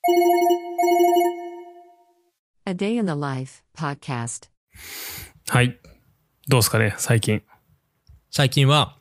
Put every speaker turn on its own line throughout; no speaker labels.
A Day in the Life Podcast。
はい。どうですかね、最近。
最近は、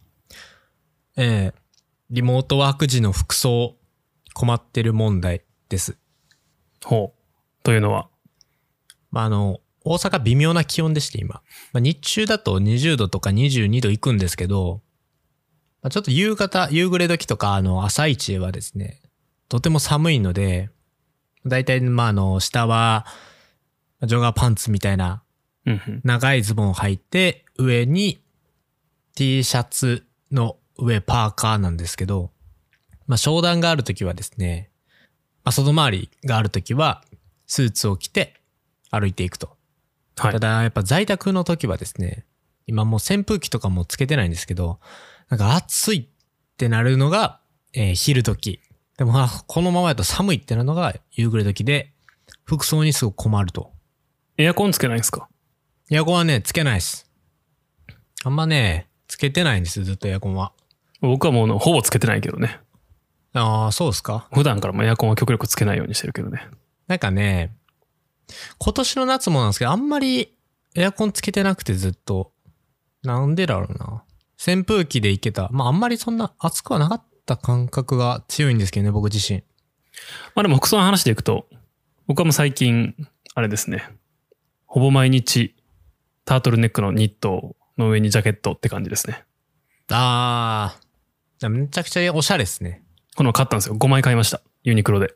リモートワーク時の服装困ってる問題です。
ほう。というのは。
大阪微妙な気温でして今。日中だと20度とか22度いくんですけど、ちょっと夕暮れ時とか朝一はですね、とても寒いので、だいたい下はジョガーパンツみたいな長いズボンを履いて、上に T シャツの上パーカーなんですけど、商談があるときはですね、外回りがあるときはスーツを着て歩いていくと。
はい。
ただやっぱ在宅の時はですね、今もう扇風機とかもつけてないんですけど、なんか暑いってなるのが、昼時。でもこのままやと寒いってなるのが夕暮れ時で、服装にすごく困ると。
エアコンつけないんですか？
エアコンはね、つけないです。あんまね、つけてないんですよ、ずっとエアコンは。
僕はもうほぼつけてないけどね。
ああ、そうですか。
普段からもエアコンは極力つけないようにしてるけどね。
なんかね、今年の夏もなんですけど、あんまりエアコンつけてなくてずっと。なんでだろうな。扇風機でいけた。あんまりそんな暑くはなかった感覚が強いんですけどね、僕自身。
でも服装の話でいくと、僕はもう最近、あれですね。ほぼ毎日、タートルネックのニットの上にジャケットって感じですね。
めちゃくちゃおしゃれですね。
この買ったんですよ。5枚買いました。ユニクロで。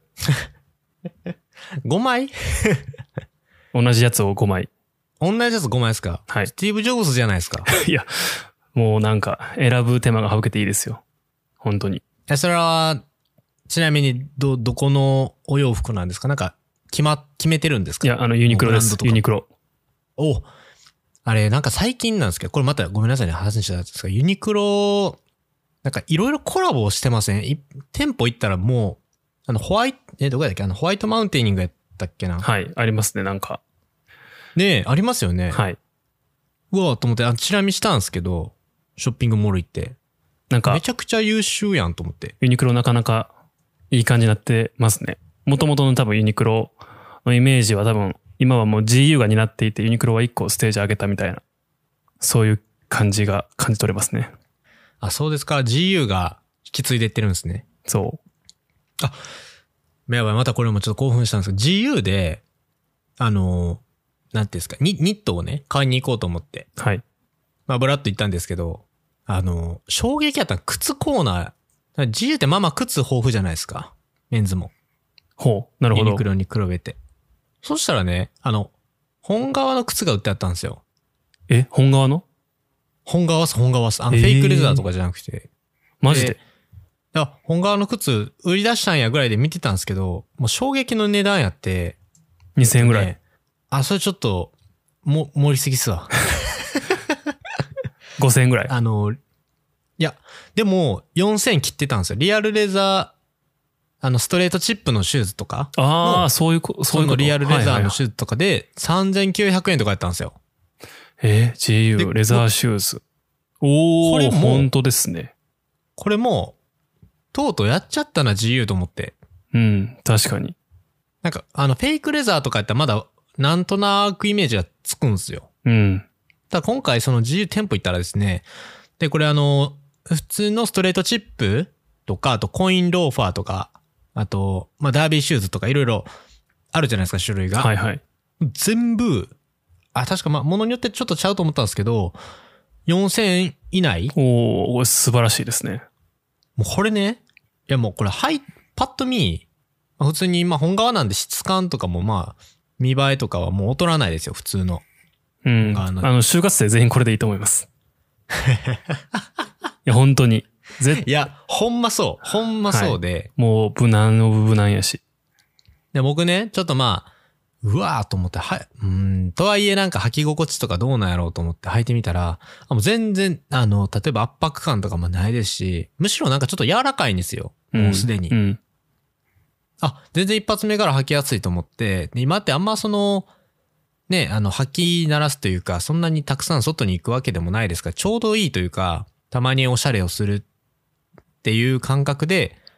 5枚
同じやつを5枚。
同じやつ5枚ですか？
はい。
スティーブ・ジョブズじゃないですか。
いや、もうなんか選ぶ手間が省けていいですよ。本当に。
それは、ちなみにどこのお洋服なんですか？なんか、決めてるんですか？
いや、ユニクロです。ユニクロ。
あれ、なんか最近なんですけど、これまたごめんなさいね、話したやつですが、ユニクロ、なんかいろいろコラボをしてません？店舗行ったらもう、どこやったっけ？ホワイトマウンテニングやったっけな？
はい、ありますね、なんか。
ねえ、ありますよね。
はい。
うわーと思って、チラ見したんですけど、ショッピングモール行って。
なんか、
めちゃくちゃ優秀やんと思って。
ユニクロなかなかいい感じになってますね。元々の多分ユニクロのイメージは多分、今はもう GU が担っていて、ユニクロは1個ステージ上げたみたいな、そういう感じが感じ取れますね。
あ、そうですか。GU が引き継いでってるんですね。
そう。
やばい、またこれもちょっと興奮したんですけど、GU で、なんていうんですか、ニットをね、買いに行こうと思って。
はい。
ブラッと行ったんですけど、衝撃やったの靴コーナー。GU って靴豊富じゃないですか。メンズも。
ほう、なるほど。
ユニクロに比べて。そしたらね、本革の靴が売ってあったんですよ。
本革の？
本革っす。フェイクレザーとかじゃなくて。
マジで？
本革の靴売り出したんやぐらいで見てたんですけど、もう衝撃の値段やって。
2000円ぐらい。
それちょっと、盛りすぎっすわ。
5000円ぐらい。
いや、でも、4000切ってたんですよ。リアルレザー、ストレートチップのシューズとか。
そういうこと。
そのリアルレザーのシューズとかで、3900円とかやったんですよ。
GU、レザーシューズ。これも本当ですね。
これも、とうとうやっちゃったな、GU と思って。
うん、確かに。
なんか、フェイクレザーとかやったらまだ、なんとなくイメージがつくんですよ。
うん。
ただ今回その GU 店舗行ったらですね、で、これ普通のストレートチップとか、あとコインローファーとか、あと、ダービーシューズとかいろいろあるじゃないですか、種類が。
はいはい。
全部、確か物によってちょっとちゃうと思ったんですけど、4000円以内？
素晴らしいですね。
もうこれね、いやもうこれ、パッと見、普通に本革なんで質感とかも見栄えとかはもう劣らないですよ、普通の。
うん。就活生全員これでいいと思います。いや、本当に。
いや、ほんまそう。ほんまそうで。
もう無難の無難やし。
で、僕ね、ちょっとうわーと思って、とはいえなんか履き心地とかどうなんやろうと思って履いてみたら、もう全然、例えば圧迫感とかもないですし、むしろなんかちょっと柔らかいんですよ。もうすでに。全然一発目から履きやすいと思って、今ってあんまね、履き鳴らすというか、そんなにたくさん外に行くわけでもないですから、ちょうどいいというか、たまにおしゃれをするっていう感覚で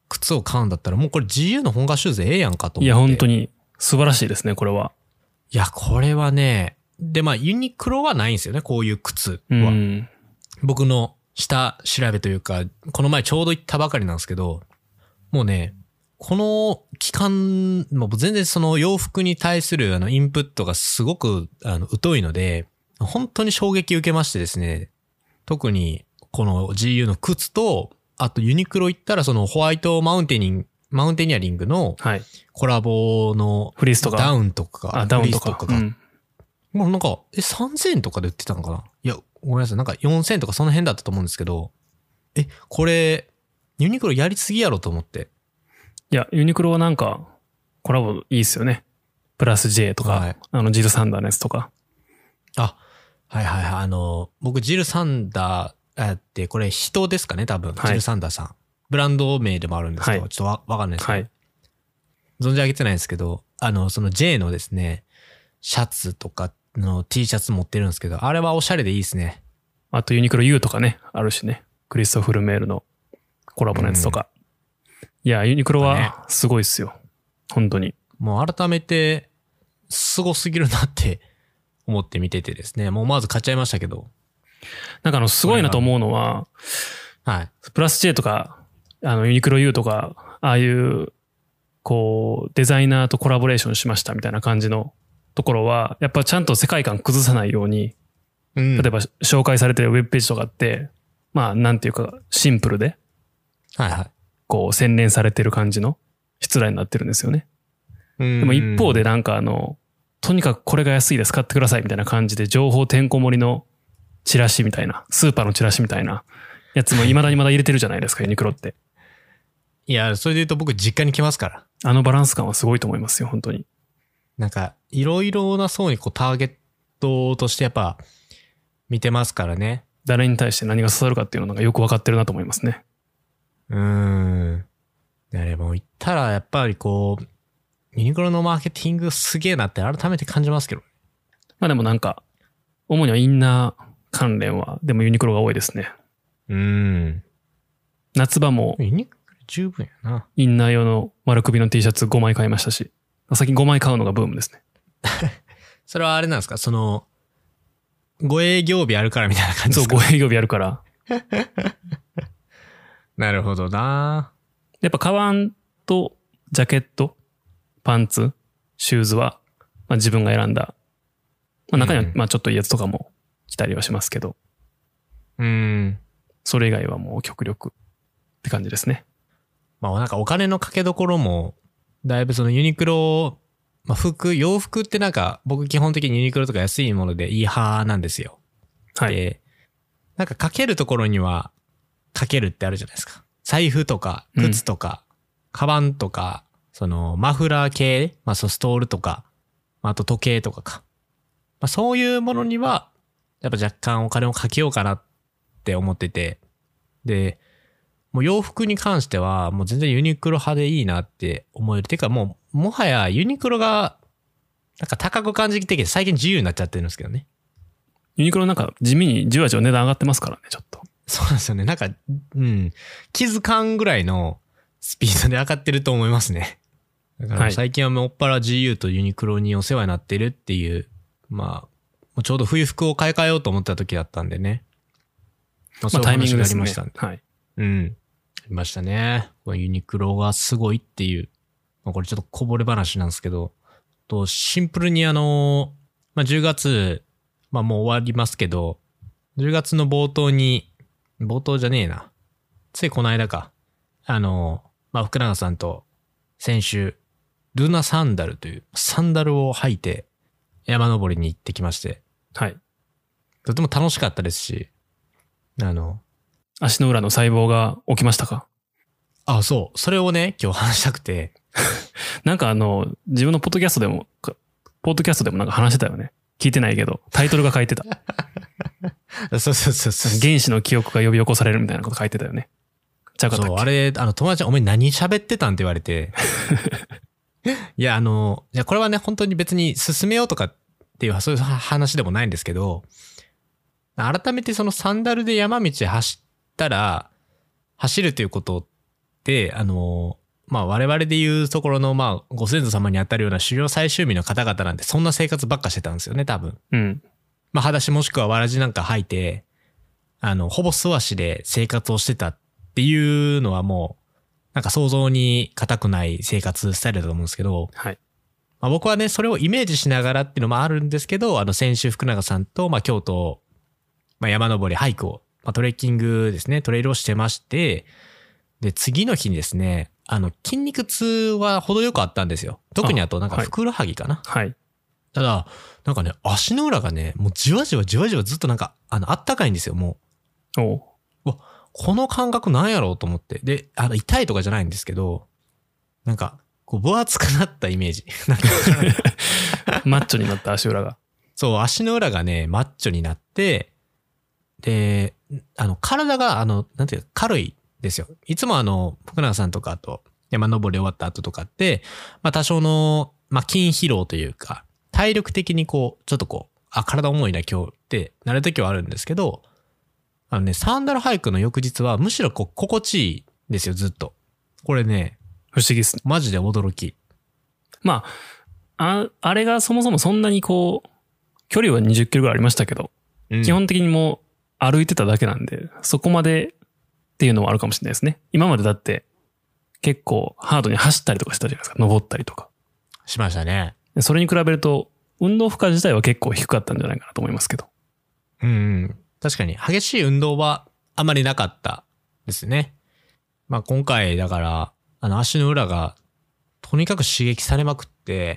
靴を買うんだったら、もうこれ GU の本革シューズええやんかと思って。
いや、本当に素晴らしいですね、これは。
いや、これはね、で、まあ、ユニクロはないんですよね、こういう靴は。
うん。
僕の下調べというか、この前ちょうど行ったばかりなんですけど、もうね、この期間、もう全然その洋服に対するインプットがすごく疎いので、本当に衝撃受けましてですね、特にこの GU の靴と、あとユニクロ行ったらそのホワイトマウンテニアリングのコラボの
フリースとか
ダウンとか、
ダウンとか。
フリースとかが、もうなんか、3000円とかで売ってたのかな。いや、ごめんなさい。なんか4000円とかその辺だったと思うんですけど、これ、ユニクロやりすぎやろと思って。
いや、ユニクロはなんか、コラボいいっすよね。プラス J とか、
はい、
ジルサンダーのやつとか。
あ、はいはいはい。僕、ジルサンダーって、これ人ですかね、多分。はい、ジルサンダーさん。ブランド名でもあるんですけど、はい、ちょっとわかんないですけど。はい。存じ上げてないんですけど、その J のですね、シャツとかの T シャツ持ってるんですけど、あれはおしゃれでいいですね。
あとユニクロ U とかね、あるしね。クリストフルメールのコラボのやつとか。いや、ユニクロはすごいっすよ。本当に。
もう改めて、すごすぎるなって思って見ててですね。もうまず買っちゃいましたけど。
なんかすごいなと思うのは、
はい。
プラス J とか、ユニクロ U とか、ああいう、こう、デザイナーとコラボレーションしましたみたいな感じのところは、やっぱちゃんと世界観崩さないように、例えば紹介されてるウェブページとかって、まあ、なんていうか、シンプルで、
はいはい。
こう、洗練されてる感じの失礼になってるんですよね。でも一方でなんかとにかくこれが安いです、買ってくださいみたいな感じで情報てんこ盛りのチラシみたいな、スーパーのチラシみたいなやつも未だにまだ入れてるじゃないですか、ユニクロって。
いや、それで言うと僕実家に来ますから。
バランス感はすごいと思いますよ、本当に。
なんか、いろいろな層にこうターゲットとしてやっぱ見てますからね。
誰に対して何が刺さるかっていうのがよくわかってるなと思いますね。
でも言ったらやっぱりこう、ユニクロのマーケティングすげえなって改めて感じますけど。
まあでもなんか、主にはインナー関連は、でもユニクロが多いですね。夏場も、
ユニクロ十分やな。
インナー用の丸首の T シャツ5枚買いましたし、最近5枚買うのがブームですね。
それはあれなんですか、その、ご営業日あるからみたいな感じですか？
そう、ご営業日あるから。
なるほどな。
やっぱカバンとジャケット、パンツ、シューズは、まあ、自分が選んだ。まあ、中にはまあちょっといいやつとかも着たりはしますけど。それ以外はもう極力って感じですね。
まあなんかお金のかけどころも、だいぶそのユニクロ、まあ洋服ってなんか僕基本的にユニクロとか安いものでいい派なんですよ。
はい。
で、なんかかけるところにはかけるってあるじゃないですか。財布とか靴とか、カバンとか、そのマフラー系、まあストールとか、あと時計とかか。まあそういうものには、やっぱ若干お金をかけようかなって思ってて。で、もう洋服に関してはもう全然ユニクロ派でいいなって思える。てかもはやユニクロがなんか高く感じてきて最近自由になっちゃってるんですけどね。
ユニクロなんか地味にじわじわ値段上がってますからね、ちょっと。
そうなんですよね。なんか、気づかんぐらいのスピードで上がってると思いますね。だから最近はもっぱら GU とユニクロにお世話になってるっていう、まあ、ちょうど冬服を買い替えようと思った時だったんでね。
まあタイミングですね。
ありましたんで。
はい。
ありましたね。ユニクロがすごいっていう。まあ、これちょっとこぼれ話なんですけど、シンプルにまあ、10月、まあもう終わりますけど、10月の冒頭じゃねえな。ついこの間か。まあ、福永さんと先週、ルナサンダルというサンダルを履いて山登りに行ってきまして。
はい。
とても楽しかったですし、
足の裏の細胞が起きましたか？
あ、そう。それをね、今日話したくて。
なんか自分のポッドキャストでもなんか話してたよね。聞いてないけど、タイトルが書いてた。
そう。
原始の記憶が呼び起こされるみたいなこと書いてたよね。ちゃうかったっけ？
そう、あれ、友達、お前何喋ってたんって言われて。いや、これはね、本当に別に進めようとかっていう、そういう話でもないんですけど、改めてそのサンダルで山道走ったら、走るということで、まあ我々で言うところの、まあご先祖様に当たるような狩猟採集民の方々なんてそんな生活ばっかしてたんですよね、多分。
うん。
まあ裸足もしくはわらじなんか履いて、ほぼ素足で生活をしてたっていうのはもう、なんか想像に難くない生活スタイルだと思うんですけど、
はい。
まあ僕はね、それをイメージしながらっていうのもあるんですけど、先週福永さんと、まあ京都、まあ山登り、ハイクを、まあトレッキングですね、トレイルをしてまして、で、次の日にですね、筋肉痛は程よくあったんですよ。特にあとなんかふくらはぎかな。
はい。
ただ、なんかね、足の裏がね、もうじわじわじわじわずっとなんか、あったかいんですよ、も
おう。
う。この感覚なんやろうと思って。で、痛いとかじゃないんですけど、なんか、こう、分厚くなったイメージ。なんかわからない
マッチョになった足裏が。
そう、足の裏がね、マッチョになって、で、体が、なんていうか、軽いですよ。いつも福永さんとかと山登り終わった後とかって、まあ多少の、まあ筋疲労というか、体力的にこう、ちょっとこう、体重いな今日ってなるときはあるんですけど、サンダルハイクの翌日はむしろこう、心地いいんですよ、ずっと。これね、
不思議っすね。
マジで驚き。
まあ、あれがそもそもそんなにこう、距離は20キロぐらいありましたけど、
うん
基本的にもう歩いてただけなんで、そこまでっていうのはあるかもしれないですね。今までだって結構ハードに走ったりとかしてたじゃないですか。登ったりとか。
しましたね。
でそれに比べると、運動負荷自体は結構低かったんじゃないかなと思いますけど。
うんうん。確かに激しい運動はあまりなかったですね。まあ今回だから、足の裏がとにかく刺激されまくって、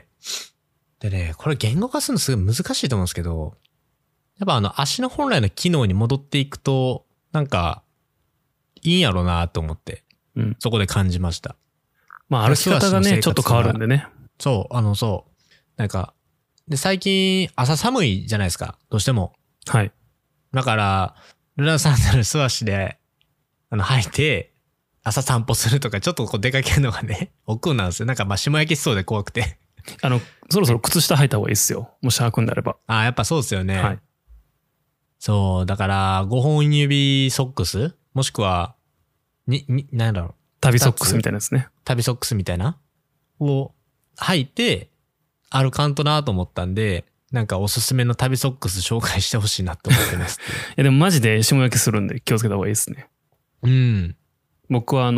でね、これ言語化するのすごい難しいと思うんですけど、やっぱ足の本来の機能に戻っていくと、なんか、いいんやろうなと思って、
うん。
そこで感じました。
まあ歩き方がね、ちょっと変わるんでね。
そう、そう。なんか、で、最近朝寒いじゃないですか、どうしても。
はい。
だから、ルナサンダル素足で、履いて、朝散歩するとか、ちょっとこう出かけるのがね、億劫なんですよ。なんかまあ、霜焼けしそうで怖くて。
そろそろ靴下履いた方がいいっすよ。もし履くんであれば。
ああ、やっぱそうですよね。
はい。
そう、だから、5本指ソックスもしくは、なんだろう、
旅ソックスみたいなやつね。
旅ソックスみたいなを履いて、歩かんとなと思ったんで、なんかおすすめの旅ソックス紹介してほしいなと思ってます。
いやでもマジで霜焼けするんで気をつけた方がいいですね。
うん。
僕は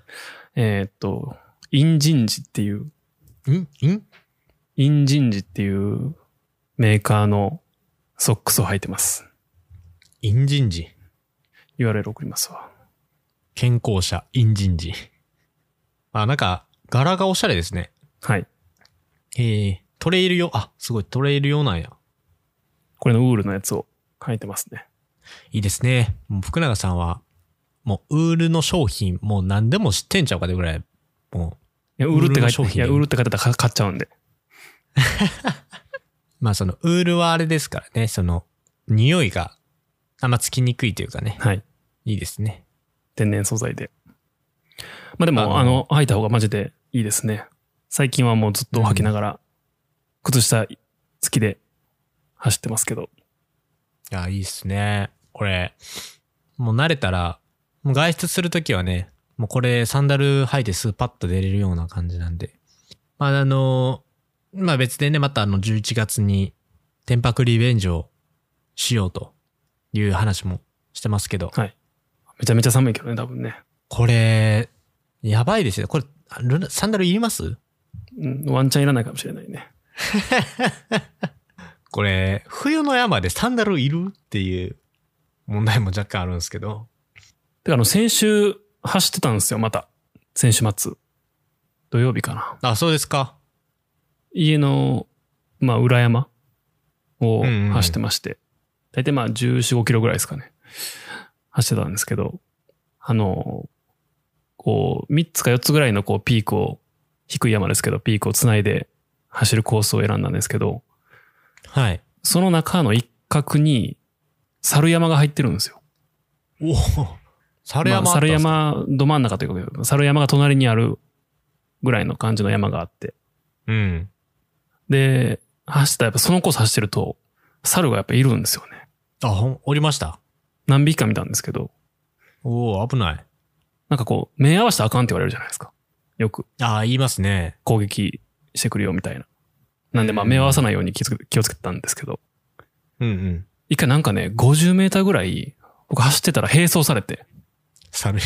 インジンジっていうメーカーのソックスを履いてます。
インジンジ。
URL 送りますわ。
健康者、インジンジ。なんか、柄がおしゃれですね。
はい。
トレイル用、すごい、トレイル用なんや。
これのウールのやつを履いてますね。
いいですね。もう福永さんは、もうウールの商品、もう何でも知ってんちゃうかでぐらい、も
いや、ウールって書いて
ウールの商品
いや、ウールって書いてたら買っちゃうんで。
まあそのウールはあれですからね、その、匂いがあんまつきにくいというかね、
はい。
いいですね。
天然素材で。まあでも、履いた方がマジでいいですね。最近はもうずっと履きながら、靴下付きで走ってますけど。
いや、いいっすね。これ、もう慣れたら、もう外出するときはね、もうこれサンダル履いてすぐパッと出れるような感じなんで。まあまあ別でね、また11月に、天白リベンジをしようという話もしてますけど。
はい。めちゃめちゃ寒いけどね、多分ね。
これ、やばいですよ。これ、サンダルいります？
うん、ワンチャンいらないかもしれないね。
これ、冬の山でサンダルいるっていう問題も若干あるんですけど。
てか先週走ってたんですよ、また。先週末。土曜日かな。
そうですか。
家の、まあ、裏山を走ってまして。大体まあ、14、15キロぐらいですかね。走ってたんですけど、こう、3つか4つぐらいのこう、ピークを、低い山ですけど、ピークをつないで走るコースを選んだんですけど、
はい。
その中の一角に、猿山が入ってるんですよ。
おお。猿山、
猿山ど真ん中というか、猿山が隣にあるぐらいの感じの山があって。
うん。
で、走ったらやっぱそのコース走ってると、猿がやっぱいるんですよね。
おりました。
何匹か見たんですけど。
おお、危ない。
なんかこう、目合わせたらあかんって言われるじゃないですか。よく
ああ、言いますね。
攻撃してくるよみたいな。なんでまあ目を合わさないように気をつけてたんですけど、
うんうん。
一回なんかね、50メーターぐらい、僕走ってたら並走されて、
猿。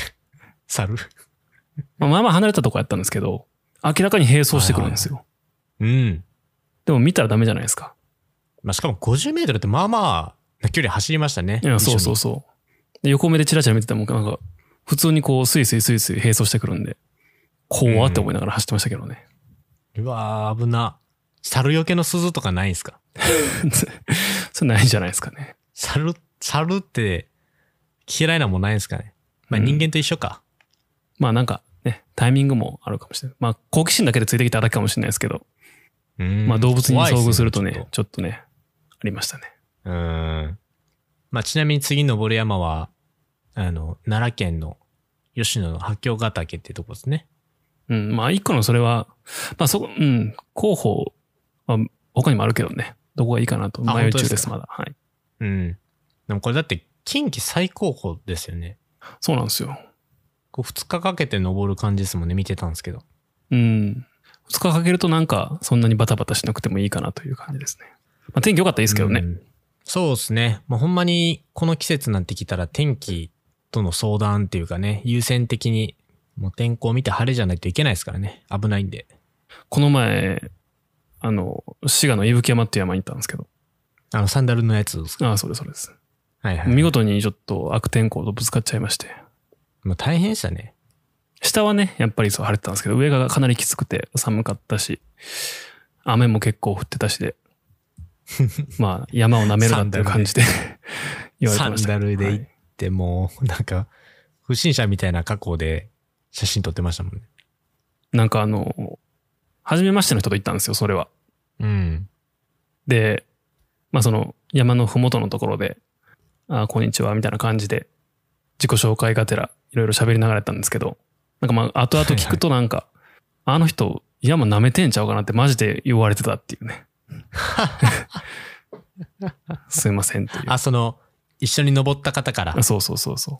まあまあ離れたとこやったんですけど、明らかに並走してくるんですよ。
うん。
でも見たらダメじゃないですか。
まあ、しかも50メートルってまあまあな距離走りましたね。
いや、そうそう
う。
そう。で横目でチラチラ見てても、なんか、普通にこう、スイスイ並走してくるんで、怖って思いながら走ってましたけどね。
うわー、危な。猿よけの鈴とかないんすか？
それないんじゃないですかね。
猿って嫌いなもんないんすかね？まあ人間と一緒か。
まあなんかね、タイミングもあるかもしれない。まあ好奇心だけでついてきただけかもしれないですけど、まあ動物に遭遇するとね、ちょっとね、ありましたね。
まあちなみに次登る山は、奈良県の吉野の八京ヶ岳ってとこですね。
うん、まあ一個のそれは、まあ候補は他にもあるけどね、どこがいいかなと迷い中です、まだ。はい。
うん。でもこれだって近畿最高峰ですよね。
そうなんですよ。
こう2日かけて登る感じですもんね、見てたんですけど。
うん。2日かけるとなんかそんなにバタバタしなくてもいいかなという感じですね。まあ天気良かったらいいですけどね。
そうですね。もうほんまにこの季節になってきたら天気との相談っていうかね、優先的にもう天候を見て晴れじゃないといけないですからね。危ないんで。
この前、滋賀の伊吹山っていう山に行ったんですけど。
サンダルのやつですか？
ああ、そうです、そうです。
はいはい。
見事にちょっと悪天候とぶつかっちゃいまして。
もう大変でしたね。
下はね、やっぱりそう晴れてたんですけど、上がかなりきつくて寒かったし、雨も結構降ってたしで、まあ山を舐めるなっていう感じで言われてました。
サンダルで行ってもう、なんか、不審者みたいな格好で写真撮ってましたもんね。
なんか初めましての人と行ったんですよ、それは。
うん。
で、まあその山のふもとのところで、こんにちは、みたいな感じで、自己紹介がてら、いろいろ喋りながらやったんですけど、なんかまあ、後々聞くとなんか、あの人、山舐めてんちゃうかなってマジで言われてたっていうね。すいませんっていう。
一緒に登った方から。
そうそうそうそう。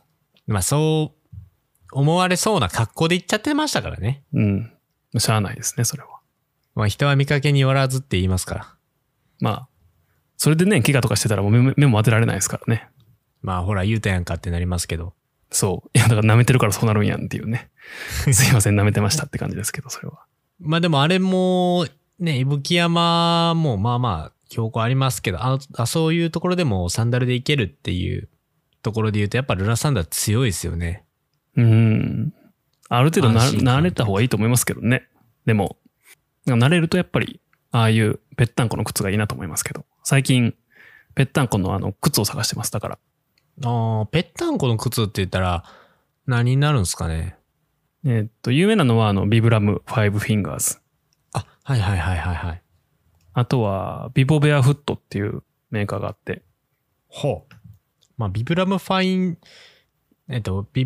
まあ、そう思われそうな格好で行っちゃってましたからね。
うん。しゃあないですね、それは。
まあ、人は見かけによらずって言いますから。
まあ、それでね、怪我とかしてたらもう目も当てられないですからね。
まあ、ほら、言うたやんかってなりますけど。
そう。いや、だから舐めてるからそうなるんやんっていうね。すいません、舐めてましたって感じですけど、それは。
まあでもあれも、ね、伊吹山もまあまあ、標高ありますけど、そういうところでもサンダルで行けるっていうところで言うと、やっぱルナサンダル強いですよね。
ある程度慣れた方がいいと思いますけどね。でも、慣れるとやっぱり、ああいうぺったんこの靴がいいなと思いますけど、最近、ぺったんこの靴を探してます、だから。
ぺったんこの靴って言ったら、何になるんですかね。
有名なのはビブラム5フィンガーズ。
あ、はいはいはいはいはい。
あとは、ビボベアフットっていうメーカーがあって。
ほう。まあ、ビブラム5フ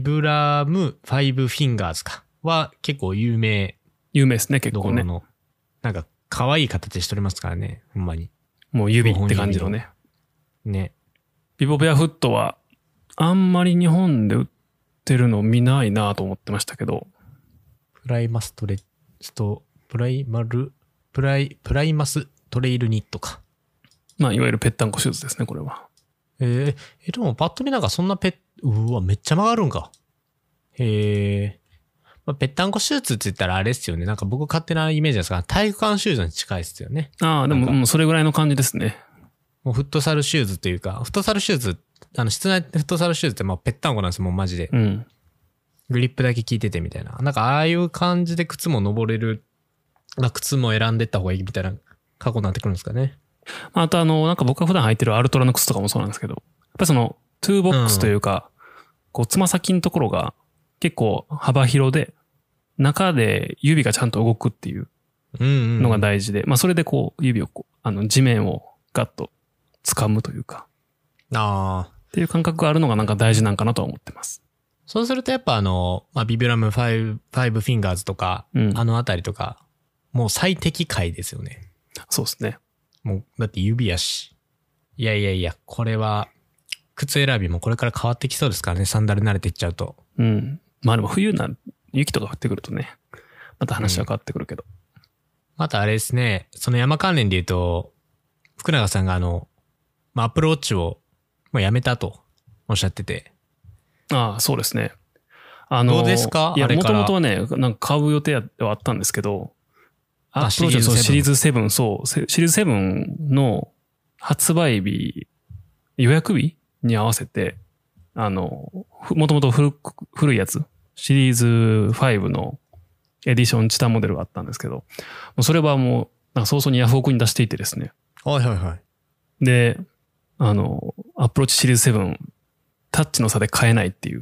ィンガーズか。は結構有名。
有名ですね、結構ね。
なんか、可愛い形しておりますからね、ほんまに。
もう指って感じのね。
ね。
ビボベアフットは、あんまり日本で売ってるの見ないなと思ってましたけど。
プライマストレイルニットか。
まあ、いわゆるぺったんこシューズですね、これは。
でもパッと見なんかそんなうわ、めっちゃ曲がるんか。まあ、ぺったんこシューズって言ったらあれですよね。なんか僕勝手なイメージですが、体育館シューズに近いですよね。
ああ、でも、それぐらいの感じですね。
もうフットサルシューズというか、フットサルシューズ、室内フットサルシューズってもうぺったんこなんですよ、もうマジで。
うん。
グリップだけ効いててみたいな。なんかああいう感じで靴も登れる、まあ靴も選んでった方がいいみたいな過去になってくるんですかね。
あとなんか僕が普段履いてるアルトラの靴とかもそうなんですけど、やっぱりその、トゥーボックスというか、こう、つま先のところが結構幅広で、中で指がちゃんと動くっていうのが大事で、まあそれでこう、指を地面をガッと掴むというか、っていう感覚があるのがなんか大事なんかなとは思ってます。
そうするとやっぱまあ、ビブラム5フィンガーズとか、あのあたりとか、もう最適解ですよね。
そうですね。
もう、だって指やし。いや、これは、靴選びもこれから変わってきそうですからね、サンダル慣れていっちゃうと。
うん。 まあでも冬雪とか降ってくるとね、また話は変わってくるけど。
またあれですね、その山関連で言うと、福永さんがまあ、アップルウォッチをもうやめたとおっしゃってて。
ああ、そうですね。
どうですか？
いや、も
あれから
ともとはね、なんか買う予定ではあったんですけど、アッ
シ
プルウォッチはシリーズ
7。
7、そう、シリーズ7の発売日、予約日に合わせて、もともと古いやつ、シリーズ5のエディションチタモデルがあったんですけど、もうそれはもう、なんか早々にヤフオクに出していてですね。
はいはいはい。
で、アップルウォッチシリーズ7、タッチの差で買えないっていう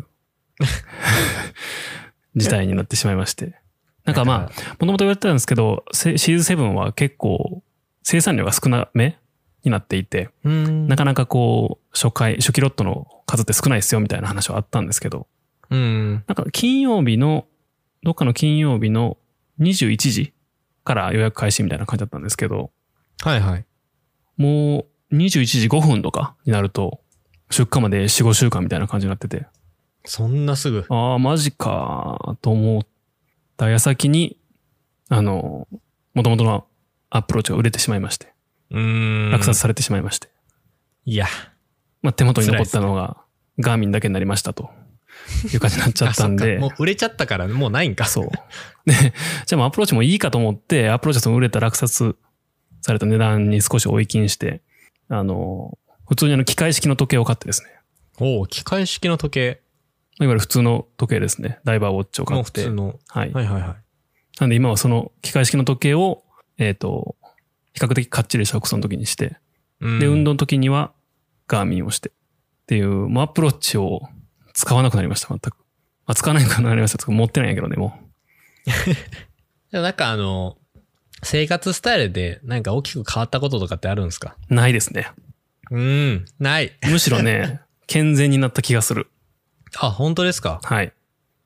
事態になってしまいまして。なんかまあ、もともと言われてたんですけど、シリーズ7は結構生産量が少なめになっていて、なかなかこう、初期ロットの数って少ないですよみたいな話はあったんですけど、なんかどっかの金曜日の21時から予約開始みたいな感じだったんですけど、
はいはい。
もう21時5分とかになると、出荷まで4、5週間みたいな感じになってて、
そんなすぐ。
ああ、マジかと思った矢先に、元々のアプローチが売れてしまいまして、落札されてしまいまして。
いや。
まあ、手元に残ったのが、ガーミンだけになりましたという感じになっちゃったんで。
もう売れちゃったからもうないんか。
そう。で、じゃあもうアプローチもいいかと思って、アプローチはその売れた落札された値段に少し追い金して、普通に機械式の時計を買ってですね。
おお、機械式の時計。
いわゆる普通の時計ですね。ダイバーウォッチを買って。
普通の。
はい。
はいはいはい。
なんで今はその機械式の時計を、比較的かっちりした服装の時にして、で、運動の時にはガーミンをして、っていう、もうアップローチを使わなくなりました、全く。使わなくなりました。持ってないんやけどね、もう。
でもなんか生活スタイルでなんか大きく変わったこととかってあるんですか？
ないですね。
ない。
むしろね、健全になった気がする。
あ、本当ですか？
はい。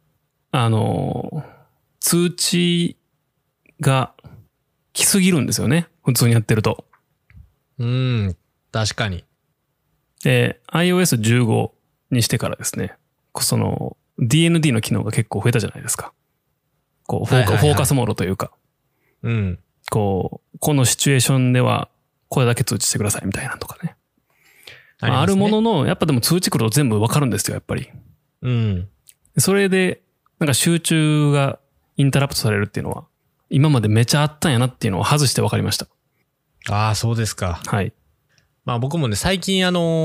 通知が来すぎるんですよね。普通にやってると。
確かに。
iOS15 にしてからですね、その DND の機能が結構増えたじゃないですか。こう、フォーカスモードというか。このシチュエーションではこれだけ通知してくださいみたいなとかね。あるものの、やっぱでも通知来ると全部わかるんですよ、やっぱり。それで、なんか集中がインタラプトされるっていうのは、今までめちゃあったんやなっていうのを外してわかりました。
ああ、そうですか。
はい。
まあ僕もね、最近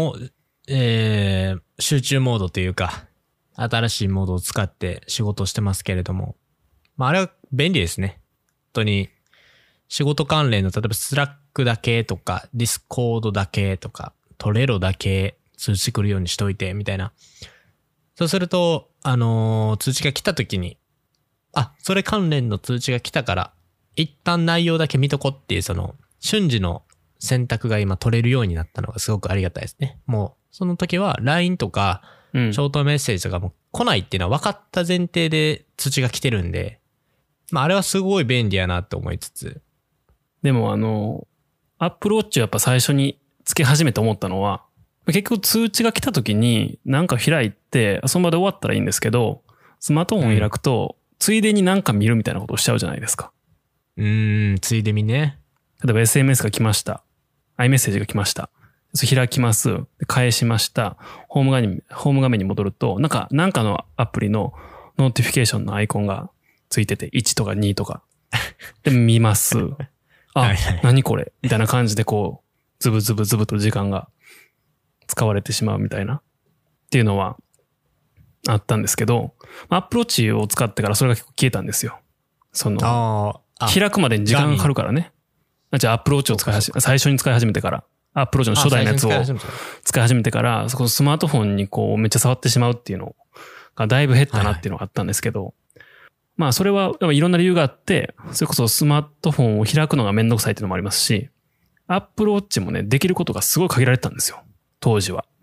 集中モードというか、新しいモードを使って仕事をしてますけれども、まああれは便利ですね。本当に、仕事関連の、例えばスラックだけとか、ディスコードだけとか、トレロだけ通知来るようにしといて、みたいな。そうすると、通知が来た時に、それ関連の通知が来たから、一旦内容だけ見とこっていう、瞬時の選択が今取れるようになったのがすごくありがたいですね。もう、その時は LINE とか、ショートメッセージとかも来ないっていうのは分かった前提で通知が来てるんで、まあ、あれはすごい便利やなって思いつつ。
でもApple Watch をやっぱ最初につけ始めて思ったのは、結局通知が来た時になんか開いて、その場で終わったらいいんですけど、スマートフォンを開くと、ついでになんか見るみたいなことをしちゃうじゃないですか。
ついでにね。
例えば SMS が来ました。iMessage が来ました。開きます。返しました。ホーム画面に戻ると、なんかのアプリのノーティフィケーションのアイコンがついてて、1とか2とか。で、見ます。何これみたいな感じでこう、ズブズブズブと時間が使われてしまうみたいな。っていうのはあったんですけど、Apple Watch を使ってからそれが結構消えたんですよ。開くまでに時間がかかるからね。じゃあ Apple Watch を最初に使い始めてから、Apple Watch の初代のやつを使い始めてから、そこスマートフォンにこうめっちゃ触ってしまうっていうのがだいぶ減ったなっていうのがあったんですけど、まあそれはいろんな理由があって、それこそスマートフォンを開くのがめんどくさいっていうのもありますし、Apple Watch もね、できることがすごい限られてたんですよ。当時は。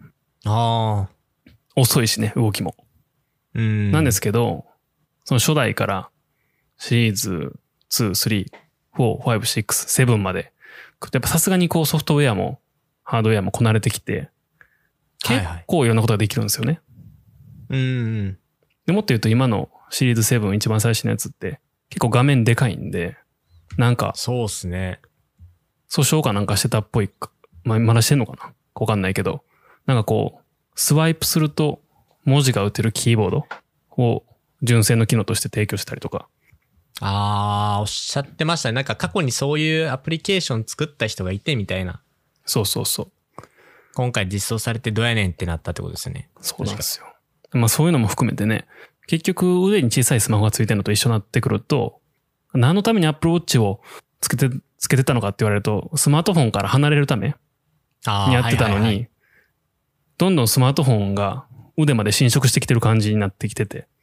遅いしね、動きも。なんですけど、その初代からシリーズ2、3、4、5、6、7まで、やっぱさすがにこうソフトウェアもハードウェアもこなれてきて、結構いろんなことができるんですよね。 でもっと言うと今のシリーズ7一番最新のやつって結構画面でかいんで、なんか、
そうっすね。
訴訟かなんかしてたっぽいか、まだしてんのかなわかんないけど、なんかこう、スワイプすると文字が打てるキーボードを純正の機能として提供したりとか。
おっしゃってましたね。なんか過去にそういうアプリケーション作った人がいてみたいな。
そうそうそう。
今回実装されてどうやねんってなったってことですよね。
そうなんですよ。まあそういうのも含めてね、結局腕に小さいスマホがついてるのと一緒になってくると、何のために Apple Watch をつけてたのかって言われると、スマートフォンから離れるためにやってたのに、どんどんスマートフォンが腕まで侵食してきてる感じになってきてて。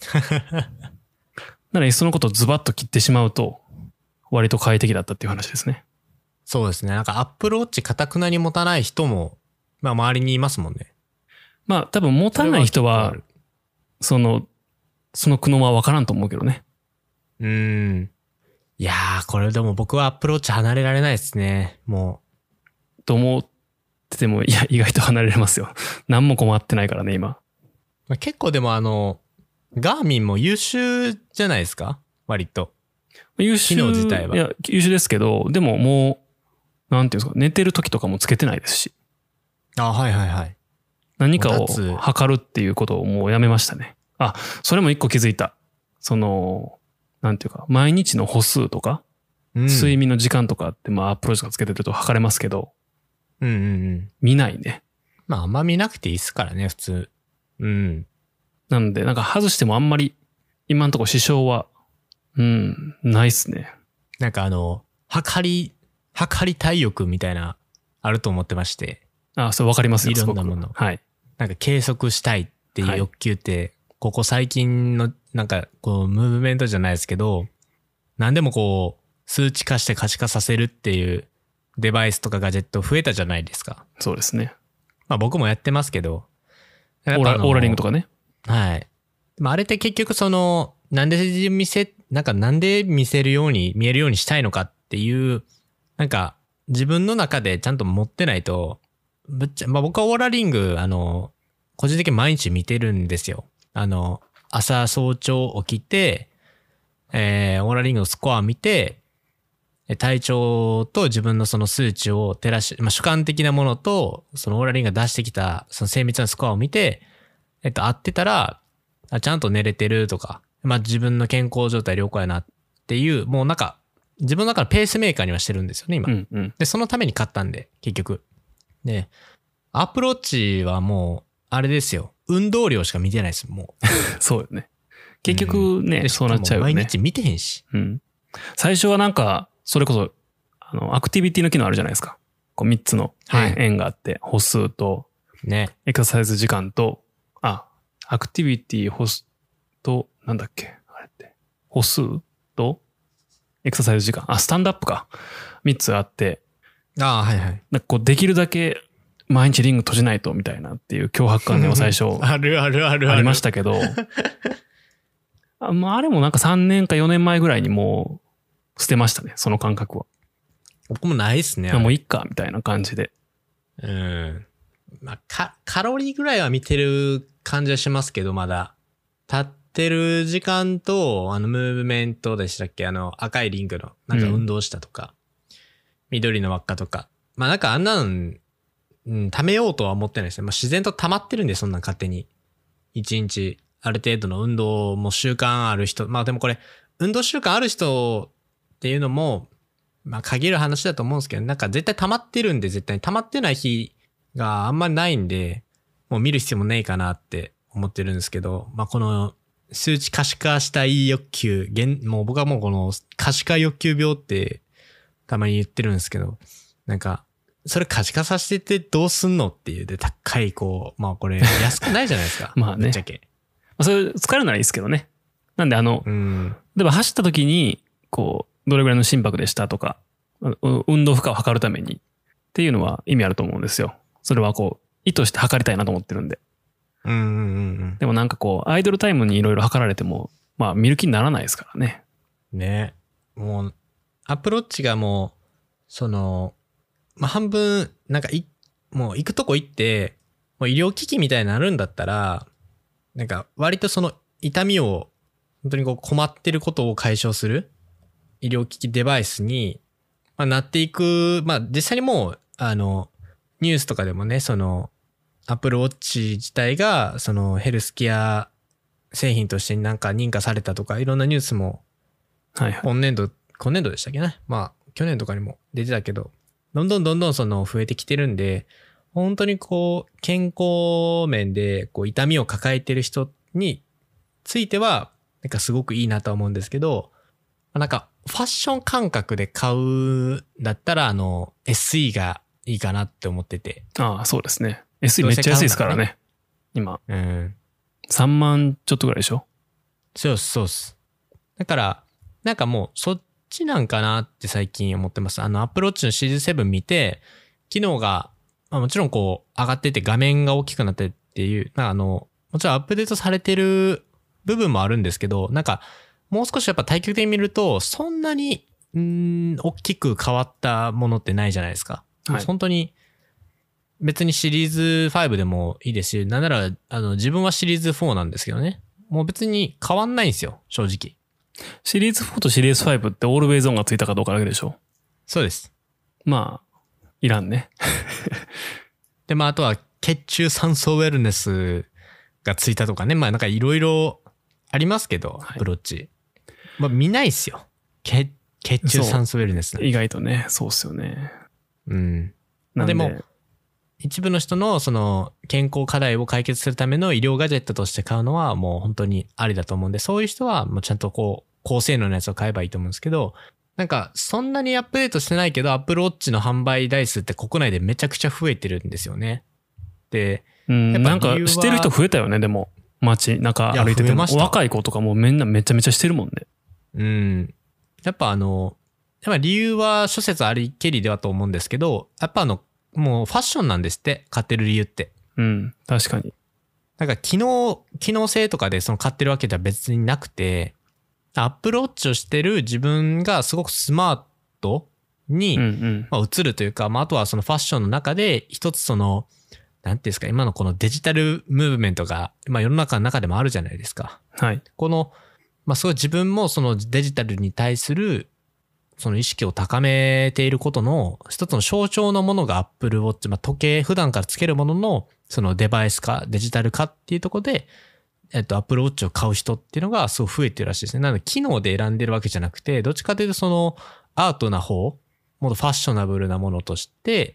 ならいっそのことをズバッと切ってしまうと、割と快適だったっていう話ですね。
そうですね。なんか Apple Watch 固くなに持たない人も、まあ周りにいますもんね。
まあ多分持たない人は、その苦悩は分からんと思うけどね。
いやー、これでも僕は Apple Watch 離れられないですね。も
う。と思ってても、いや、意外と離れれますよ。何も困ってないからね、今。
結構でもガーミンも優秀じゃないですか？割と。
優秀。
機能自体は。
いや、優秀ですけど、でももう、なんていうんですか、寝てる時とかもつけてないですし。
はいはいはい。
何かを測るっていうことをもうやめましたね。それも一個気づいた。なんていうか、毎日の歩数とか、睡眠の時間とかって、まあ、アプローチがつけてると測れますけど、見ないね。
まあ、あんま見なくていいっすからね、普通。
なので、なんか外してもあんまり、今んとこ支障は、ないっすね。
なんか測り体力みたいな、あると思ってまして。
それわかりますよ、
いろんなもの。
はい。
なんか計測したいっていう欲求って、ここ最近の、なんかこう、ムーブメントじゃないですけど、何でもこう、数値化して可視化させるっていうデバイスとかガジェット増えたじゃないですか。
そうですね。
まあ僕もやってますけど。
オーラリングとかね。
はい。まああれって結局なんで見せるように、見えるようにしたいのかっていう、なんか自分の中でちゃんと持ってないと、まあ僕はオーラリング、個人的に毎日見てるんですよ。朝早朝起きて、オーラリングのスコアを見て、体調と自分のその数値を照らし、まあ主観的なものと、そのオーラリングが出してきたその精密なスコアを見て、合ってたら、ちゃんと寝れてるとか、まあ自分の健康状態良好やなっていう、もうなんか、自分の中のペースメーカーにはしてるんですよね、今。で、そのために買ったんで、結局。で、アップルウォッチはもう、あれですよ。運動量しか見てないです、もう。
そうよね。結局ね、そうなっちゃうよね。
毎日見てへんし。
最初はなんか、それこそ、アクティビティの機能あるじゃないですか。こう3つの円があって、歩数と、エクササイズ時間と、アクティビティ、歩数と、なんだっけあれって。歩数と、エクササイズ時間。スタンドアップか。3つあって。
はいはい。
なんかこう、できるだけ、毎日リング閉じないと、みたいなっていう脅迫観念は最初。
あり
ましたけど。あれもなんか3年か4年前ぐらいにもう、捨てましたね、その感覚は。
僕もないっすね。
もういっか、みたいな感じで。
まあ、カロリーぐらいは見てる感じはしますけど、まだ。立ってる時間と、ムーブメントでしたっけ赤いリングの、なんか運動したとか、緑の輪っかとか。まあなんかあんなん貯めようとは思ってないですね。まあ自然と溜まってるんで、そんなん勝手に。一日、ある程度の運動も習慣ある人。まあでもこれ、運動習慣ある人っていうのも、まあ限る話だと思うんですけど、なんか絶対溜まってるんで、絶対に溜まってない日があんまりないんで、もう見る必要もないかなって思ってるんですけど、まあこの数値可視化したい欲求、もう僕はもうこの可視化欲求病ってたまに言ってるんですけど、なんか、それ可視化させてどうすんのっていうで、高いまあこれ安くないじゃないですか。
まあね。
ぶっちゃけ。
それ使えるならいいですけどね。なんで例えば走った時に、こう、どれぐらいの心拍でしたとか、運動負荷を測るためにっていうのは意味あると思うんですよ。それはこう、意図して測りたいなと思ってるんで。でもなんかこう、アイドルタイムにいろいろ測られても、まあ見る気にならないですからね。
ね。もう、アプローチがもう、まあ、半分、なんかもう行くとこ行って、もう医療機器みたいになるんだったら、なんか割と医痛みを、本当にこう困ってることを解消する医療機器デバイスに、まあ、なっていく、まあ実際にもう、ニュースとかでもね、その、Apple Watch 自体が、そのヘルスケア製品としてなんか認可されたとか、いろんなニュースも、
はいはい。
今年度でしたっけね。まあ、去年とかにも出てたけど、どんどんその増えてきてるんで、本当にこう、健康面でこう痛みを抱えてる人については、なんかすごくいいなとは思うんですけど、なんかファッション感覚で買うんだったら、SE がいいかなって思ってて。
ああ、そうですね。SE めっちゃ安いですからね。今。
うん。
3万ちょっとぐらいでしょ？
そうっす。だから、なんかもうそっちなんかなって最近思ってます。Apple Watch のシリーズ7見て、機能が、まあ、もちろんこう上がってて画面が大きくなってっていう、もちろんアップデートされてる部分もあるんですけど、なんかもう少しやっぱ対極的に見ると、そんなに、大きく変わったものってないじゃないですか。はい、本当に、別にシリーズ5でもいいですし、なんなら、自分はシリーズ4なんですけどね。もう別に変わんないんですよ、正直。
シリーズ4とシリーズ5ってオールウェイズオンがついたかどうかだけでしょ？
そうです。
まあ、いらんね。
で、まあ、あとは、血中酸素ウェルネスがついたとかね。まあ、なんかいろいろありますけど、ブロッチ。まあ、見ないっすよ。血中酸素ウェルネス。
意外とね、そうっすよね。
うん。でも、一部の人のその健康課題を解決するための医療ガジェットとして買うのはもう本当にありだと思うんで、そういう人はもうちゃんとこう、高性能のやつを買えばいいと思うんですけど、なんかそんなにアップデートしてないけど、Apple Watch の販売台数って国内でめちゃくちゃ増えてるんですよね。で、
なんかしてる人増えたよね、でも。街、中歩いてても。若い子とかもみんなめちゃめちゃしてるもんね。
うん。やっぱ理由は諸説ありけりではと思うんですけど、やっぱもうファッションなんですって、買ってる理由って。
うん、確かに。
なんか機能性とかでその買ってるわけじゃ別になくて、Apple Watch をしてる自分がすごくスマートに、まあ、映るというか、まあ、あとはそのファッションの中で一つその、なんていうんですか、今のこのデジタルムーブメントが、まあ世の中の中でもあるじゃないですか。
はい。
まあすごい自分もそのデジタルに対するその意識を高めていることの一つの象徴のものが Apple Watch、まあ時計普段からつけるもののそのデバイス化、デジタル化っていうところで、Apple Watch を買う人っていうのがすごい増えてるらしいですね。なので機能で選んでるわけじゃなくて、どっちかというとそのアートな方、もっとファッショナブルなものとして、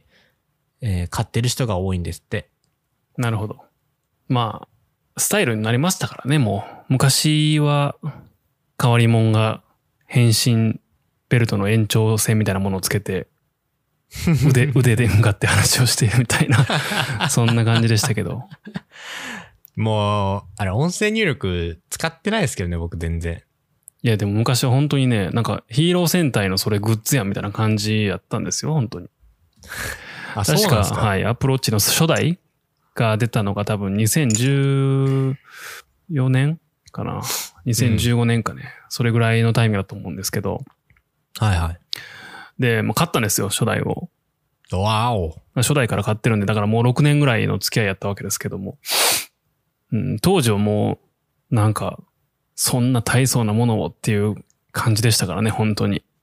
買ってる人が多いんですって。
なるほど。まあ、スタイルになりましたからね、もう。昔は変わり者が変身ベルトの延長線みたいなものをつけて、腕で向かって話をしているみたいな、そんな感じでしたけど。
もう、あれ音声入力使ってないですけどね、僕全然。
いや、でも昔は本当にね、なんかヒーロー戦隊のそれグッズやんみたいな感じやったんですよ、本当に。
あ、そうなんですか。
はい、アプローチの初代が出たのが多分2014年かな。2015年かね。それぐらいのタイミングだと思うんですけど。
はいはい。
で、もう買ったんですよ、初代を。
わお。
初代から買ってるんで、だからもう6年ぐらいの付き合いやったわけですけども。うん、当時はもう、なんか、そんな大層なものをっていう感じでしたからね、本当に。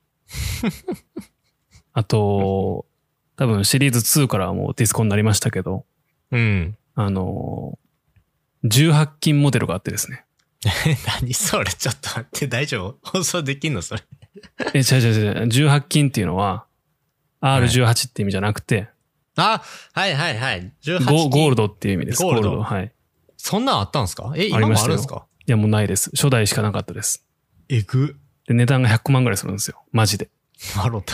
あと、多分シリーズ2からはもうディスコになりましたけど、
うん。
18金モデルがあってですね。
何それちょっと待って、大丈夫？放送できんのそれ。
違う。18金っていうのは、R18 って意味じゃなくて、
はい、18金。
ゴールドっていう意味です。
ゴールド。
はい。
そんなんあったんですか？今もあるんですか？
いや、もうないです。初代しかなかったです。
えぐ。
で、値段が100万ぐらいするんですよ。マジで。
笑った。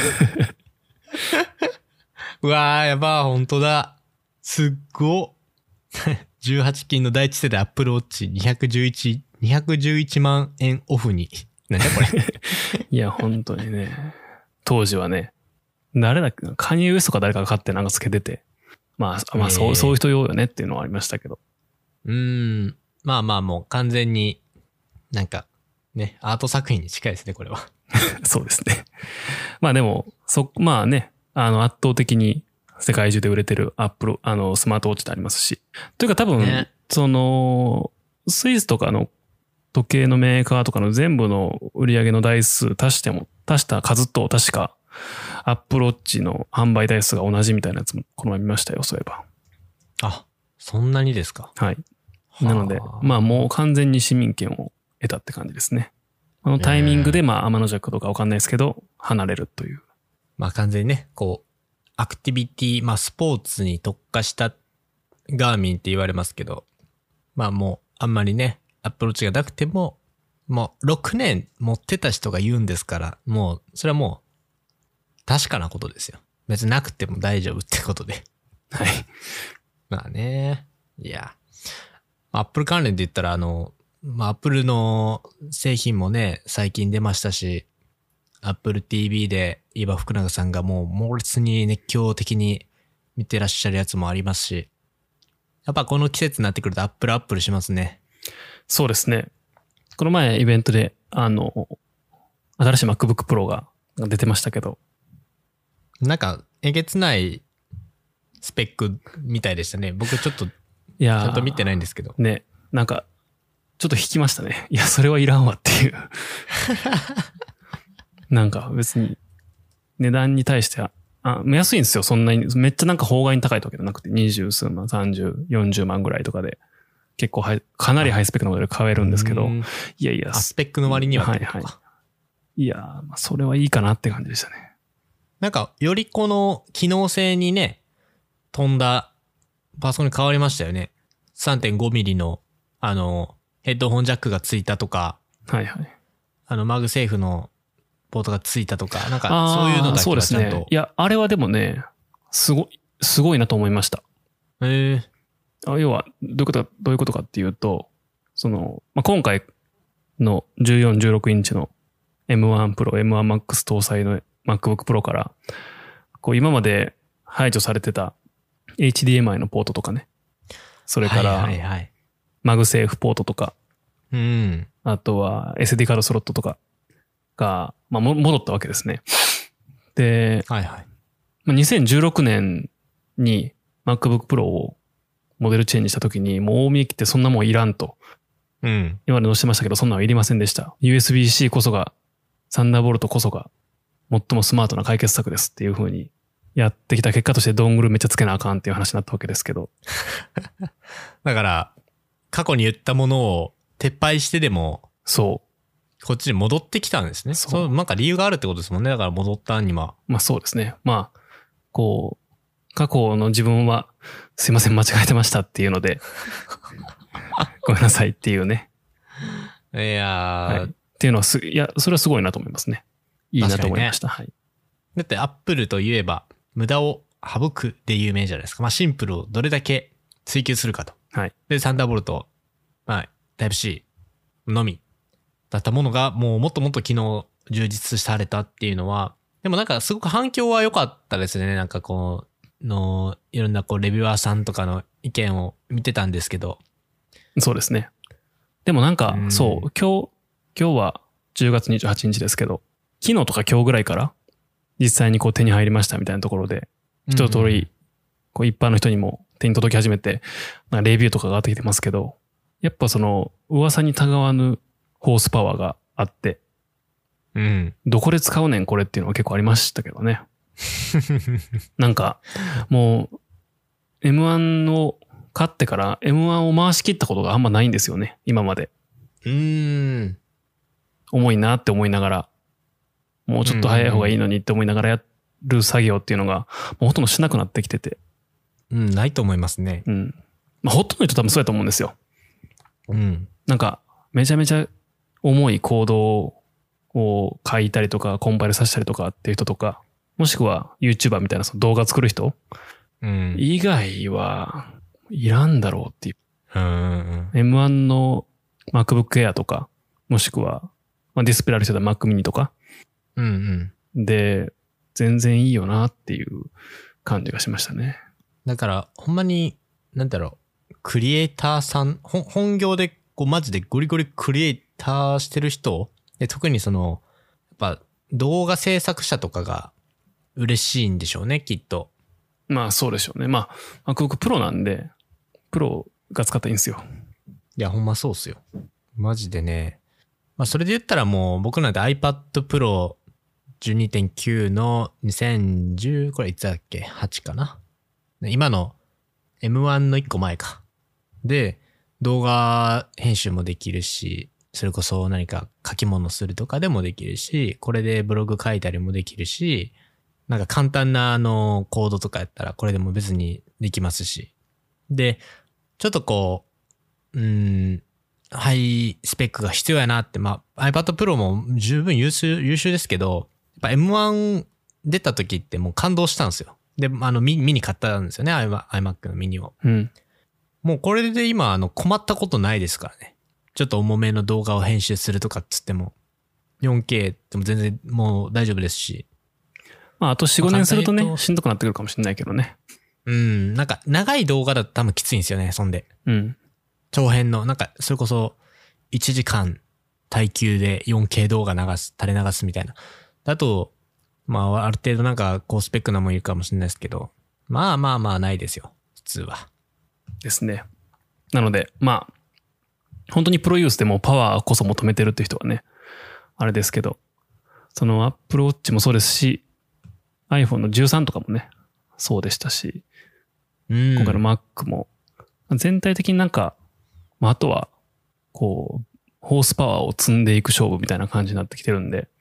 うわー、やばー、ほんとだ。すっご。18金の第一世代 Apple Watch 211万円オフに。なんだこれ。
いや、本当にね。当時はね、誰だっけ、カニエウエストか誰かが買ってなんかつけてて。まあ、そういう人用よねっていうのはありましたけど。
まあもう完全になんかね、アート作品に近いですね、これは。
そうですね。まあでも、まあね、圧倒的に世界中で売れてるスマートウォッチってありますし。というか多分、ね、 スイスとかの時計のメーカーとかの全部の売り上げの台数足した数と確かアップルウォッチの販売台数が同じみたいなやつもこの前見ましたよ、そういえば。
あ、そんなにですか。
はい。なので、まあもう完全に市民権を得たって感じですね。このタイミングでまあ天の弱とかわかんないですけど、離れるという。
まあ完全にね、こう、アクティビティ、まあスポーツに特化したガーミンって言われますけど、まあもうあんまりね、アプローチがなくても、もう6年持ってた人が言うんですから、もう、それはもう、確かなことですよ。別になくても大丈夫ってことで。
はい。
まあね。いや。アップル関連で言ったら、まあアップルの製品もね、最近出ましたし、Apple TV で今福永さんがもう猛烈に熱狂的に見てらっしゃるやつもありますし、やっぱこの季節になってくるとアップルしますね。
そうですね。この前イベントで、新しい MacBook Pro が出てましたけど。
なんか、えげつないスペックみたいでしたね。僕ちょっと、ちゃんと見てないんですけど。
ね、なんか、ちょっと引きましたね。いや、それはいらんわっていう。なんか別に、値段に対しては、安いんですよ、そんなに。めっちゃなんか法外に高いわけじゃなくて、20数万、30、40万ぐらいとかで、結構かなりハイスペックなモデル買えるんですけど、いやいや。
スペックの割には。
はいはい。いや、それはいいかなって感じでしたね。
なんか、よりこの機能性にね、飛んだパソコンに変わりましたよね。3.5 ミリの、ヘッドホンジャックがついたとか、
はいはい。
マグセーフのポートがついたとか、なんかそういうのだけはちゃんと。そうですね。
いや、あれはでもね、すごいなと思いました。要は、どういうことかっていうと、今回の14、16インチの M1 Pro、M1 Max 搭載の MacBook Pro から、今まで排除されてた HDMI のポートとかね。それから、マグセーフポートとか、あとは SD カードスロットとかが、戻ったわけですね。で、2016年に MacBook Pro をモデルチェンジした時に、もう大見え切ってそんなもんいらんと。今まで載せてましたけど、そんなのいりませんでした。USB-C こそが、サンダーボルトこそが、最もスマートな解決策ですっていう風にやってきた結果としてドングルめっちゃつけなあかんっていう話になったわけですけど。
だから、過去に言ったものを撤廃してでも、
そう。
こっちに戻ってきたんですね。そう。なんか理由があるってことですもんね。だから戻ったには。
まあそうですね。過去の自分は、すいません、間違えてましたっていうので、ごめんなさいっていうね。
いやー、
っていうのはそれはすごいなと思いますね。いいなと思いました。はい。
だってアップルといえば、無駄を省くで有名じゃないですか。シンプルをどれだけ追求するかと。
はい。
で、サンダーボルト、タイプC のみだったものが、もうもっともっと機能充実されたっていうのは、でもなんかすごく反響は良かったですね。なんかいろんなレビュアーさんとかの意見を見てたんですけど。
そうですね。でもなんか、そう、今日は10月28日ですけど、昨日とか今日ぐらいから実際に手に入りましたみたいなところで、一通り、一般の人にも手に届き始めて、レビューとかが上がってきてますけど、やっぱ噂にたがわぬホースパワーがあって、どこで使うねんこれっていうのは結構ありましたけどね。なんか、もう、M1 を買ってから M1 を回し切ったことがあんまないんですよね、今まで。重いなって思いながら、もうちょっと早い方がいいのにって思いながらやる作業っていうのが、もうほとんどしなくなってきてて。
ないと思いますね。
ほとんどの人多分そうやと思うんですよ。なんか、めちゃめちゃ重いコードを書いたりとか、コンパイルさせたりとかっていう人とか、もしくは YouTuber みたいな動画作る人、以外はいらんだろうっていう。M1 の MacBook Air とか、もしくは、ディスプレイある人だ Mac mini とか、で、全然いいよなっていう感じがしましたね。
だから、ほんまに、クリエイターさん、本業でマジでゴリゴリクリエイターしてる人で、特にやっぱ動画制作者とかが嬉しいんでしょうね、きっと。
まあそうでしょうね。MacBook Pro なんで、プロが使ったらいいんですよ。
いや、ほんまそうっすよ。マジでね。まあ、それで言ったらもう、僕なんて iPad Pro 12.9 の2010、これいつだっけ ?8 かな。今の M1 の1個前か。で、動画編集もできるし、それこそ何か書き物するとかでもできるし、これでブログ書いたりもできるし、なんか簡単なコードとかやったらこれでも別にできますし。で、ちょっとこう、ハイスペックが必要やなって、まあ iPad Pro も十分優秀ですけど、やっぱ M1 出た時ってもう感動したんですよ。で、ミニ買ったんですよね、iMac のミニを。
うん。
もうこれで今困ったことないですからね。ちょっと重めの動画を編集するとかっつっても、4K でも全然もう大丈夫ですし。
まあ、あと4、5年するとね、
簡単に言うと
しんどくなってくるかもしれないけどね。
なんか長い動画だと多分きついんですよね、そんで。
うん。
長編の、なんかそれこそ1時間耐久で 4K 動画垂れ流すみたいな。だと、まあある程度なんか高スペックなもんいるかもしれないですけど、まあないですよ、普通は。
ですね。なので、まあ、本当にプロユースでもパワーこそ求めてるって人はね、あれですけど、その Apple Watch もそうですし、iPhone の13とかもね、そうでしたし、今回の Mac も、全体的になんか、まあ、あとは、こう、ホースパワーを積んでいく勝負みたいな感じになってきてるんで、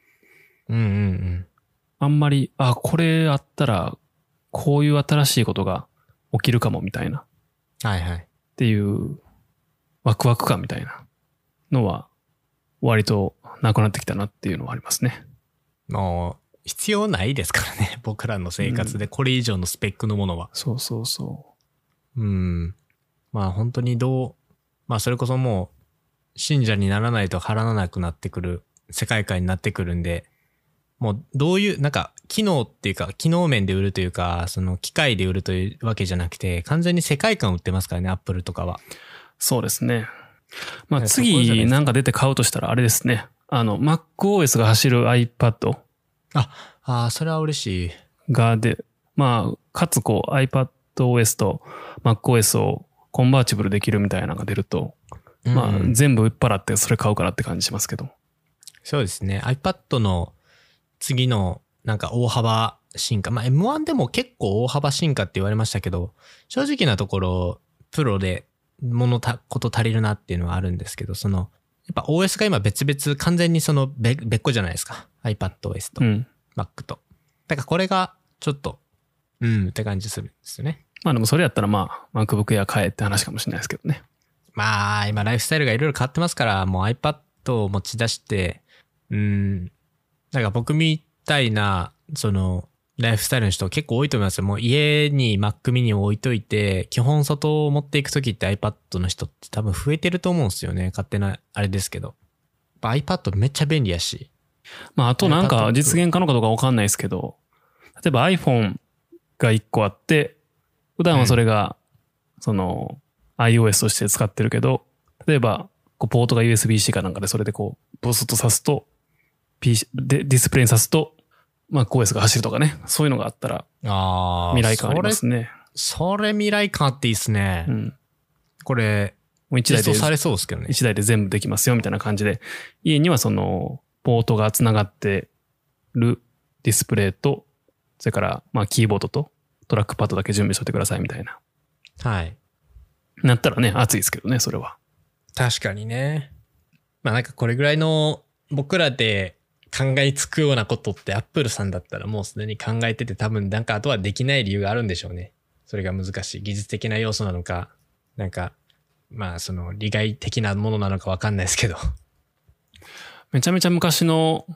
あんまり、これあったら、こういう新しいことが起きるかもみたいな、
はいはい。
っていうワクワク感みたいなのは割となくなってきたなっていうのはありますね。
もう必要ないですからね、僕らの生活でこれ以上のスペックのものは。
そうそうそ
まあ本当にまあそれこそもう信者にならないと払わなくなってくる世界観になってくるんで、もうどういうなんか機能っていうか機能面で売るというか、その機械で売るというわけじゃなくて、完全に世界観を売ってますからね、Apple とかは。
そうですね。まあ
そこじゃないですか
次なんか出て買うとしたらあれですね。MacOS が走る iPad
それは嬉しい。
がまあ、かつこう iPadOS と MacOS をコンバーチブルできるみたいなのが出ると、まあ全部売っ払ってそれ買うかなって感じしますけど。
そうですね。iPad の次のなんか大幅進化。まあ M1 でも結構大幅進化って言われましたけど、正直なところプロでこと足りるなっていうのはあるんですけど、やっぱ OS が今別々完全に別個じゃないですか。iPadOS と Mac と。だからこれがちょっと、って感じするんですよね。
まあでもそれやったらまあ MacBook Air買えって話かもしれないですけどね。
まあ今ライフスタイルがいろいろ変わってますから、もう iPad を持ち出して、なんか僕みたいな、ライフスタイルの人結構多いと思いますよ。もう家に Mac mini を置いといて、基本外を持っていくときって iPad の人って多分増えてると思うんですよね。勝手なあれですけど。iPad めっちゃ便利やし。
まああとなんか実現可能かどうかわかんないですけど、例えば iPhone が1個あって、普段はそれが、iOS として使ってるけど、例えば、ポートが USB-C かなんかでそれでブスッと挿すと、ディスプレイに挿すと、MacOS が走るとかね。そういうのがあったら、未来感ありますね。
それ未来感あっていいっすね。これ、
もう一台で、
実装されそうですけどね。
一台で全部できますよ、みたいな感じで。家にはポートが繋がってるディスプレイと、それから、キーボードとトラックパッドだけ準備しといてください、みたいな。
はい。
なったらね、熱いですけどね、それは。
確かにね。まあなんかこれぐらいの僕らで考えつくようなことってアップルさんだったらもうすでに考えてて、多分なんかあとはできない理由があるんでしょうね。それが難しい。技術的な要素なのか、なんか、まあ利害的なものなのかわかんないですけど。
めちゃめちゃ昔の、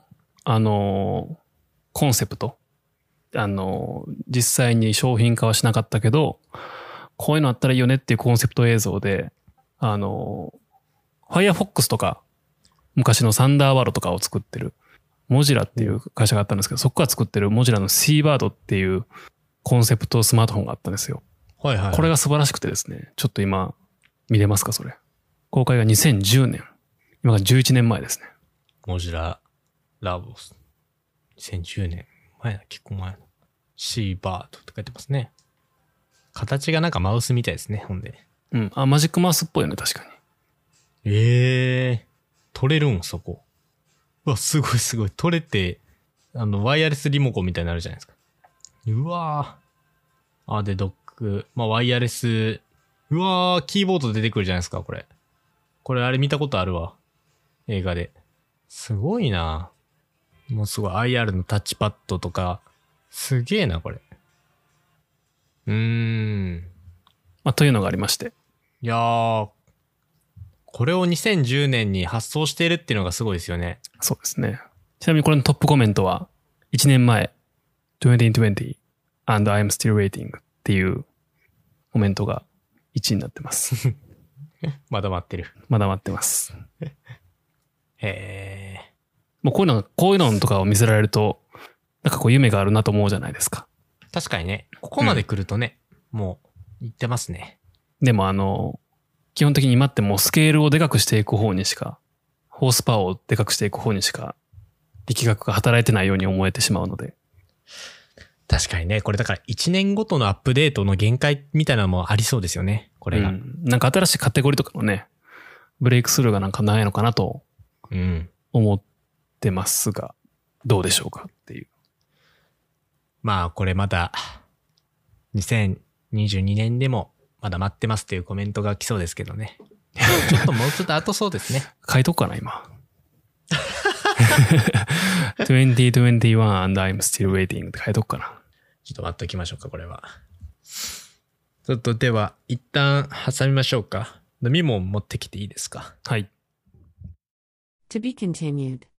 コンセプト。実際に商品化はしなかったけど、こういうのあったらいいよねっていうコンセプト映像で、Firefox とか、昔のサンダーバードとかを作ってる、モジラっていう会社があったんですけど、そこが作ってるモジラのシーバードっていうコンセプトスマートフォンがあったんですよ。
はいはい。
これが素晴らしくてですね、ちょっと今、見れますか、それ。公開が2010年。今が11年前ですね。
モジララボス。2010年。前だ、結構前の。シーバードって書いてますね。形がなんかマウスみたいですね、ほんで。
マジックマウスっぽいよね、確かに。
取れるん、そこ。うわ、すごいすごい。取れて、ワイヤレスリモコンみたいになるじゃないですか。うわー。で、ドック。まあ、ワイヤレス。うわー、キーボード出てくるじゃないですか、これ。これ、あれ見たことあるわ。映画で。すごいな。もうすごい。IR のタッチパッドとか。すげえな、これ。
まあ、というのがありまして。
いやー、これを2010年に発送しているっていうのがすごいですよね。
そうですね。ちなみにこれのトップコメントは、1年前、2020 and I'm still waiting っていうコメントが1位になってます。
まだ待ってる。
まだ待ってます。
へー。
もうこういうのとかを見せられると、なんかこう夢があるなと思うじゃないですか。
確かにね、ここまで来るとね、もう言ってますね。
でも基本的に今ってもうスケールをでかくしていく方にしか、ホースパワーをでかくしていく方にしか、力学が働いてないように思えてしまうので。
確かにね、これだから1年ごとのアップデートの限界みたいなのもありそうですよね、これが。
なんか新しいカテゴリーとかのね、ブレイクスルーがなんかないのかなと思ってますが、どうでしょうかっていう。
まあこれまだ2022年でもまだ待ってますっていうコメントが来そうですけどね。ちょっともうちょっと後そうですね。
書いとくかな、今。2021 and I'm still waiting って書いとくかな。
ちょっと待っておきましょうか、これは。ちょっとでは、一旦挟みましょうか。飲み物持ってきていいですか？
はい。
To be continued.